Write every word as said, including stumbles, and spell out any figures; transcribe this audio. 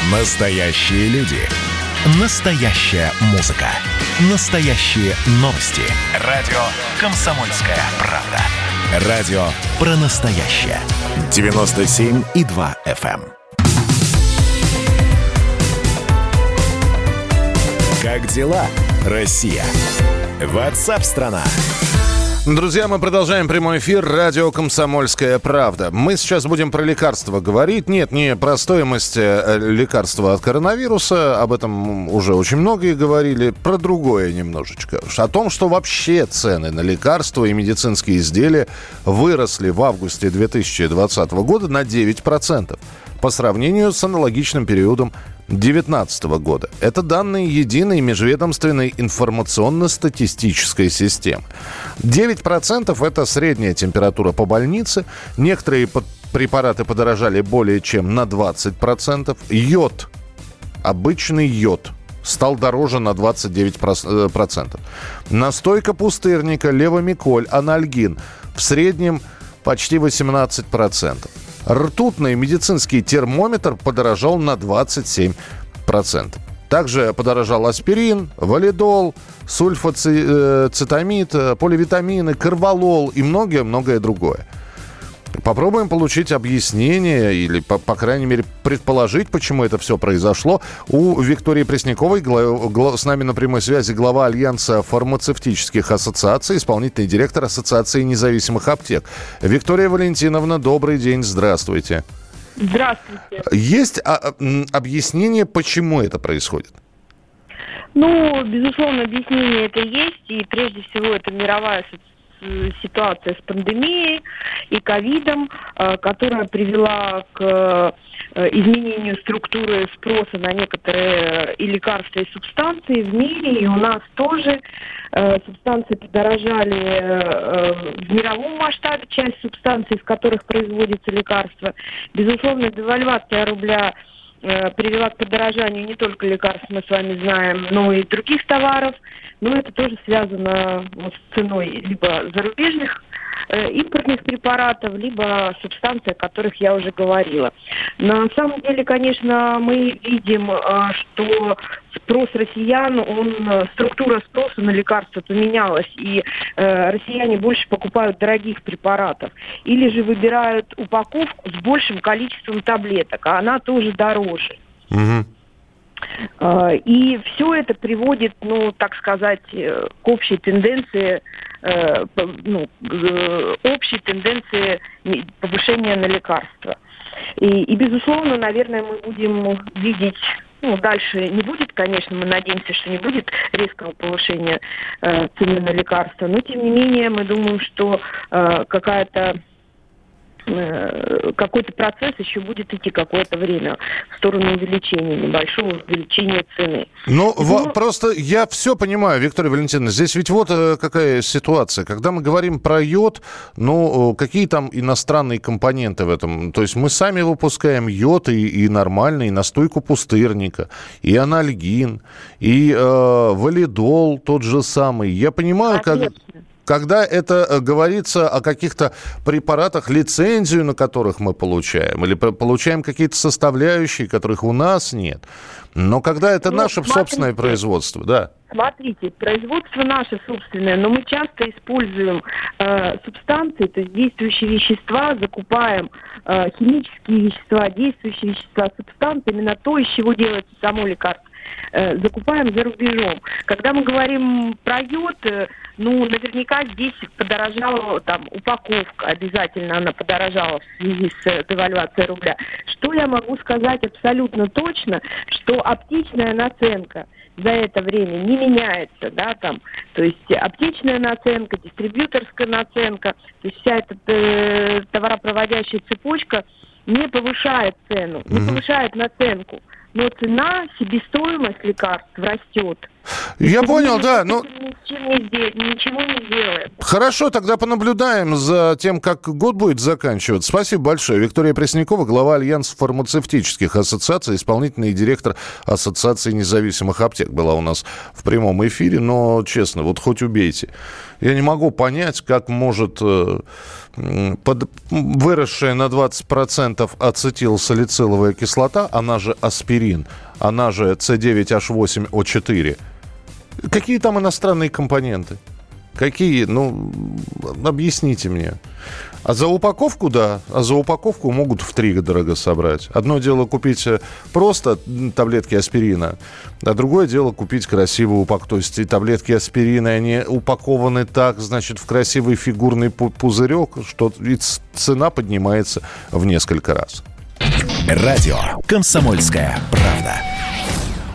Настоящие люди. Настоящая музыка. Настоящие новости. Радио «Комсомольская правда». Радио про настоящее. девяносто семь и два эф эм. Как дела, Россия? Ватсап-страна! Друзья, мы продолжаем прямой эфир. Радио «Комсомольская правда». Мы сейчас будем про лекарства говорить. Нет, не про стоимость лекарства от коронавируса. Об этом уже очень многие говорили. Про другое немножечко. О том, что вообще цены на лекарства и медицинские изделия выросли в августе две тысячи двадцатого года на девять процентов по сравнению с аналогичным периодом две тысячи девятнадцатого года. Это данные единой межведомственной информационно-статистической системы. девять процентов – это средняя температура по больнице. Некоторые препараты подорожали более чем на двадцать процентов. Йод, обычный йод, стал дороже на двадцать девять процентов. Настойка пустырника, левомиколь, анальгин в среднем почти восемнадцать процентов. Ртутный медицинский термометр подорожал на двадцать семь процентов. Также подорожал аспирин, валидол, сульфацетамид, поливитамины, карвалол и многое-многое другое. Попробуем получить объяснение или, по, по крайней мере, предположить, почему это все произошло. У Виктории Пресняковой, гла, гла, с нами на прямой связи глава Альянса фармацевтических ассоциаций, исполнительный директор Ассоциации независимых аптек. Виктория Валентиновна, добрый день, здравствуйте. Здравствуйте. Есть а, объяснение, почему это происходит? Ну, безусловно, объяснение это есть, и прежде всего это мировая ситуация с пандемией и ковидом, которая привела к изменению структуры спроса на некоторые и лекарства, и субстанции в мире, и у нас тоже субстанции подорожали в мировом масштабе, часть субстанций, из которых производятся лекарства. Безусловно, девальвация рубля привела к подорожанию не только лекарств, мы с вами знаем, но и других товаров. Но это тоже связано вот с ценой либо зарубежных э, импортных препаратов, либо субстанций, о которых я уже говорила. На самом деле, конечно, мы видим, э, что спрос россиян, он, структура спроса на лекарства поменялась, и э, россияне больше покупают дорогих препаратов. Или же выбирают упаковку с большим количеством таблеток, а она тоже дороже. Угу. И все это приводит, ну, так сказать, к общей тенденции, ну, общей тенденции повышения на лекарства. И, и, безусловно, наверное, мы будем видеть, ну, дальше не будет, конечно, мы надеемся, что не будет резкого повышения э, цены на лекарства, но, тем не менее, мы думаем, что э, какая-то какой-то процесс еще будет идти какое-то время в сторону увеличения, небольшого увеличения цены. Ну, Но... в, просто я все понимаю, Виктория Валентиновна, здесь ведь вот какая ситуация. Когда мы говорим про йод, ну, какие там иностранные компоненты в этом? То есть мы сами выпускаем йод и, и нормальный, и настойку пустырника, и анальгин, и э, валидол тот же самый. Я понимаю, как... Когда это говорится о каких-то препаратах, лицензию на которых мы получаем, или получаем какие-то составляющие, которых у нас нет. Но когда это ну, наше смотрите, собственное производство, да. Смотрите, производство наше собственное, но мы часто используем э, субстанции, то есть действующие вещества, закупаем э, химические вещества, действующие вещества, субстанции, именно то, из чего делается само лекарство. Закупаем за рубежом. Когда мы говорим про йод, ну, наверняка здесь подорожала там упаковка, обязательно она подорожала в связи с девальвацией рубля. Что я могу сказать абсолютно точно, что аптечная наценка за это время не меняется, да, там, то есть аптечная наценка, дистрибьюторская наценка, то есть вся эта э, товаропроводящая цепочка не повышает цену, не повышает наценку. Но цена, себестоимость лекарств растет. Я понял, да. Но... Ничего не сделаем. Хорошо, тогда понаблюдаем за тем, как год будет заканчиваться. Спасибо большое. Виктория Преснякова, глава Альянса фармацевтических ассоциаций, исполнительный директор Ассоциации независимых аптек, была у нас в прямом эфире. Но, честно, вот хоть убейте. Я не могу понять, как может э, под, выросшая на двадцать процентов ацетилсалициловая кислота, она же аспирин, она же С девять H восемь О четыре. Какие там иностранные компоненты? Какие? Ну, объясните мне. А за упаковку, да, а за упаковку могут втридорого собрать. Одно дело купить просто таблетки аспирина, а другое дело купить красивую упаковку. То есть и таблетки аспирина, они упакованы так, значит, в красивый фигурный пузырек, что и цена поднимается в несколько раз. Радио «Комсомольская правда».